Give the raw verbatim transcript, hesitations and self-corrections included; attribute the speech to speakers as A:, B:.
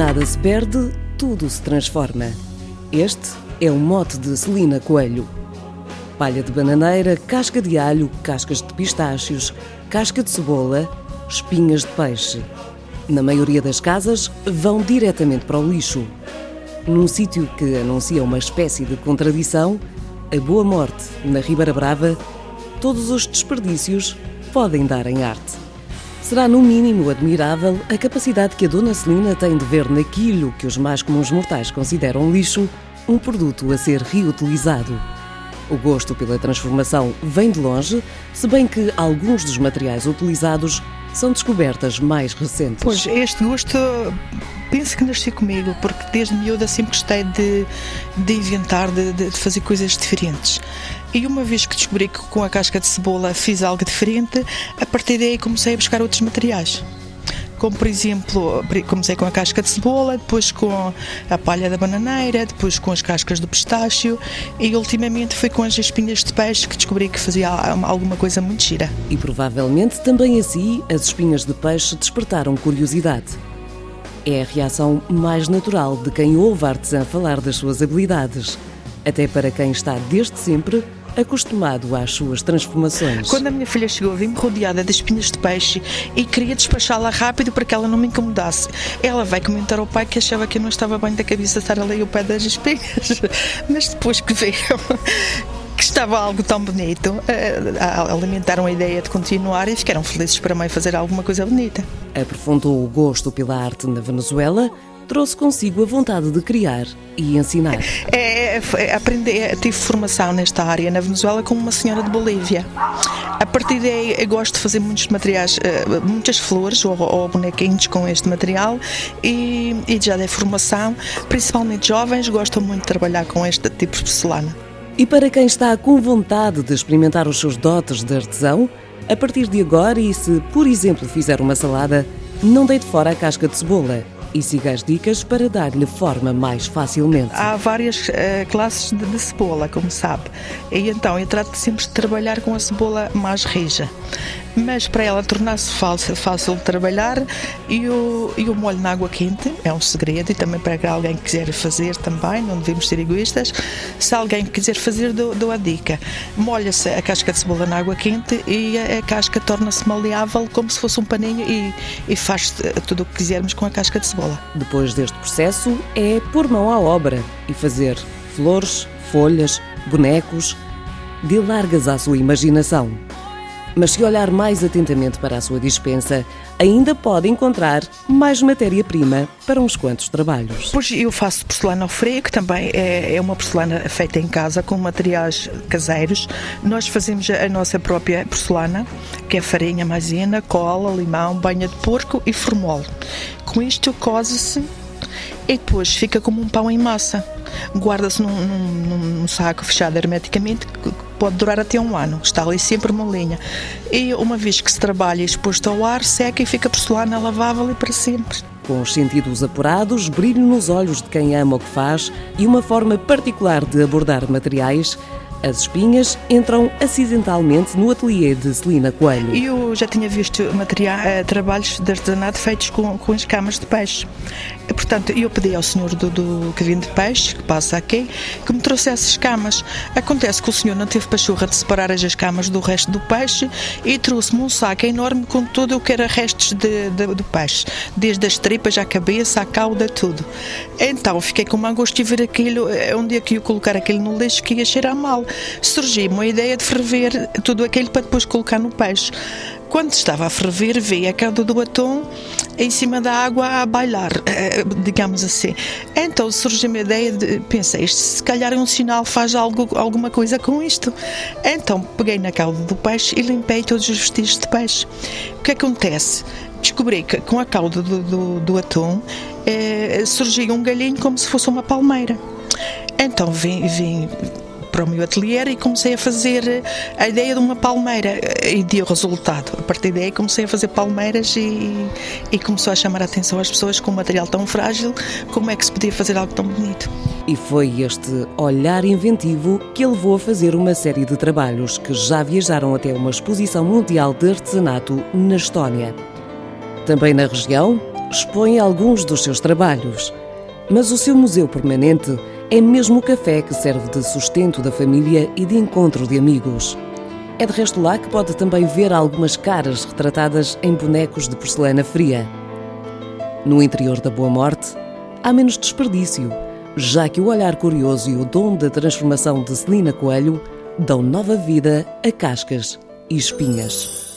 A: Nada se perde, tudo se transforma. Este é o mote de Celina Coelho. Palha de bananeira, casca de alho, cascas de pistácios, casca de cebola, espinhas de peixe. Na maioria das casas, vão diretamente para o lixo. Num sítio que anuncia uma espécie de contradição, a Boa Morte, na Ribeira Brava, todos os desperdícios podem dar em arte. Será no mínimo admirável a capacidade que a Dona Celina tem de ver naquilo que os mais comuns mortais consideram lixo um produto a ser reutilizado. O gosto pela transformação vem de longe, se bem que alguns dos materiais utilizados são descobertas mais recentes.
B: Pois, este gosto penso que nasceu comigo, porque desde miúda sempre gostei de, de inventar, de, de fazer coisas diferentes. E uma vez que descobri que com a casca de cebola fiz algo diferente, a partir daí comecei a buscar outros materiais. Como, por exemplo, comecei com a casca de cebola, depois com a palha da bananeira, depois com as cascas do pistácio e, ultimamente, foi com as espinhas de peixe que descobri que fazia alguma coisa muito gira.
A: E, provavelmente, também assim, as espinhas de peixe despertaram curiosidade. É a reação mais natural de quem ouve a artesã falar das suas habilidades, até para quem está desde sempre acostumado às suas transformações.
B: Quando a minha filha chegou, vim-me rodeada de espinhas de peixe e queria despachá-la rápido para que ela não me incomodasse. Ela vai comentar ao pai que achava que eu não estava bem da cabeça estar ali ao pé das espinhas, mas depois que veio que estava algo tão bonito, alimentaram a ideia de continuar e ficaram felizes para mãe fazer alguma coisa bonita.
A: Aprofundou o gosto pela arte na Venezuela, trouxe consigo a vontade de criar e ensinar.
B: É, é, aprendi, tive formação nesta área na Venezuela com uma senhora de Bolívia. A partir daí eu gosto de fazer muitos materiais, muitas flores ou, ou bonequinhos com este material e, e já dei formação, principalmente jovens gostam muito de trabalhar com este tipo de porcelana.
A: E para quem está com vontade de experimentar os seus dotes de artesão, a partir de agora, e se, por exemplo, fizer uma salada, não deite fora a casca de cebola e siga as dicas para dar-lhe forma mais facilmente.
B: Há várias uh, classes de, de cebola, como sabe, e então eu trato sempre de trabalhar com a cebola mais rija. Mas para ela tornar-se fácil, fácil de trabalhar, e o, e o molho na água quente é um segredo, e também para alguém que quiser fazer também, não devemos ser egoístas. Se alguém quiser fazer, dou, dou a dica. Molha-se a casca de cebola na água quente e a, a casca torna-se maleável como se fosse um paninho e, e faz tudo o que quisermos com a casca de cebola.
A: Depois deste processo é pôr mão à obra e fazer flores, folhas, bonecos. Dê largas à sua imaginação. Mas se olhar mais atentamente para a sua dispensa, ainda pode encontrar mais matéria-prima para uns quantos trabalhos.
B: Pois eu faço porcelana ao freio, que também é, é uma porcelana feita em casa, com materiais caseiros. Nós fazemos a nossa própria porcelana, que é farinha, maisena, cola, limão, banha de porco e formol. Com isto cose-se e depois fica como um pão em massa. Guarda-se num, num, num saco fechado hermeticamente, que pode durar até um ano. Está ali sempre molinha. E uma vez que se trabalha exposto ao ar, seca e fica porcelana lavável e para sempre.
A: Com os sentidos apurados, brilho nos olhos de quem ama o que faz e uma forma particular de abordar materiais, as espinhas entram acidentalmente no ateliê de Celina Coelho.
B: Eu já tinha visto material, trabalhos de artesanato feitos com, com escamas de peixe. Portanto, eu pedi ao senhor do, do que vende peixe, que passa aqui, que me trouxesse escamas. Acontece que o senhor não teve pachorra de separar as escamas do resto do peixe e trouxe-me um saco enorme com tudo o que era restos de, de, de peixe, desde as tripas à cabeça, à cauda, tudo. Então fiquei com uma angústia de ver aquilo, um dia que ia colocar aquilo no lixo que ia cheirar mal. Surgiu-me a ideia de ferver tudo aquilo para depois colocar no peixe. Quando estava a ferver, vi a cauda do atum em cima da água a bailar, digamos assim. Então surgiu-me a ideia de, pensei, se calhar é um sinal, faz algo, alguma coisa com isto. Então peguei na cauda do peixe e limpei todos os vestígios de peixe. O que acontece? Descobri que com a cauda do, do, do atum eh, surgiu um galhinho como se fosse uma palmeira. Então vim... vim para o meu ateliê e comecei a fazer a ideia de uma palmeira e deu resultado. A partir daí comecei a fazer palmeiras e, e começou a chamar a atenção às pessoas com um material tão frágil, como é que se podia fazer algo tão bonito.
A: E foi este olhar inventivo que a levou a fazer uma série de trabalhos que já viajaram até uma exposição mundial de artesanato na Estónia. Também na região, expõe alguns dos seus trabalhos, mas o seu museu permanente é mesmo o café que serve de sustento da família e de encontro de amigos. É de resto lá que pode também ver algumas caras retratadas em bonecos de porcelana fria. No interior da Boa Morte, há menos desperdício, já que o olhar curioso e o dom da transformação de Celina Coelho dão nova vida a cascas e espinhas.